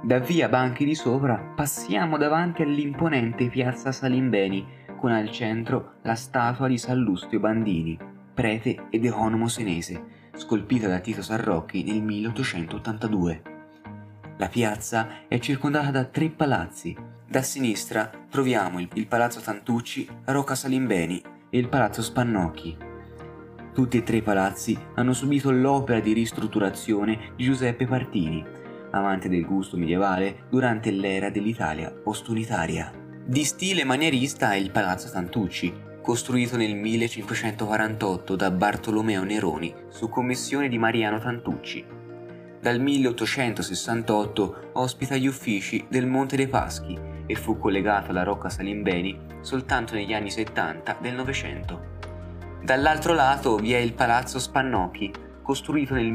Da via Banchi di Sopra passiamo davanti all'imponente piazza Salimbeni, con al centro la statua di Sallustio Bandini, prete ed economo senese, scolpita da Tito Sarrocchi nel 1882. La piazza è circondata da 3 palazzi. Da sinistra troviamo il Palazzo Tantucci, la Rocca Salimbeni e il Palazzo Spannocchi. Tutti e 3 i palazzi hanno subito l'opera di ristrutturazione di Giuseppe Partini, amante del gusto medievale durante l'era dell'Italia postunitaria. Di stile manierista è il Palazzo Tantucci, costruito nel 1548 da Bartolomeo Neroni su commissione di Mariano Tantucci. Dal 1868 ospita gli uffici del Monte dei Paschi e fu collegato alla Rocca Salimbeni soltanto negli anni 70 del Novecento. Dall'altro lato vi è il Palazzo Spannocchi, costruito nel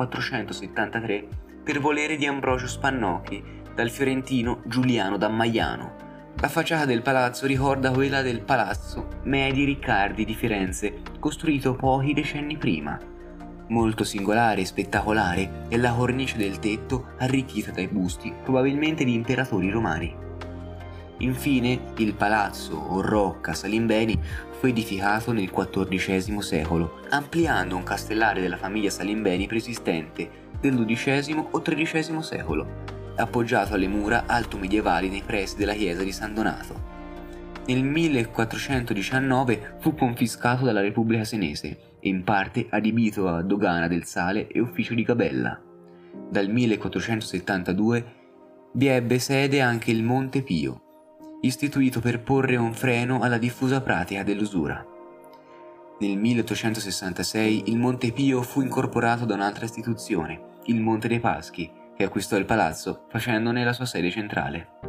1473 per volere di Ambrogio Spannocchi dal fiorentino Giuliano da Maiano. La facciata del palazzo ricorda quella del Palazzo Medi Riccardi di Firenze, costruito pochi decenni prima. Molto singolare e spettacolare è la cornice del tetto arricchita dai busti, probabilmente di imperatori romani. Infine, il palazzo o Rocca Salimbeni fu edificato nel XIV secolo, ampliando un castellare della famiglia Salimbeni preesistente del XII o XIII secolo, appoggiato alle mura altomedievali nei pressi della chiesa di San Donato. Nel 1419 fu confiscato dalla Repubblica Senese e in parte adibito a dogana del sale e ufficio di gabella. Dal 1472 vi ebbe sede anche il Monte Pio, istituito per porre un freno alla diffusa pratica dell'usura. Nel 1866 il Monte Pio fu incorporato da un'altra istituzione, il Monte dei Paschi, che acquistò il palazzo facendone la sua sede centrale.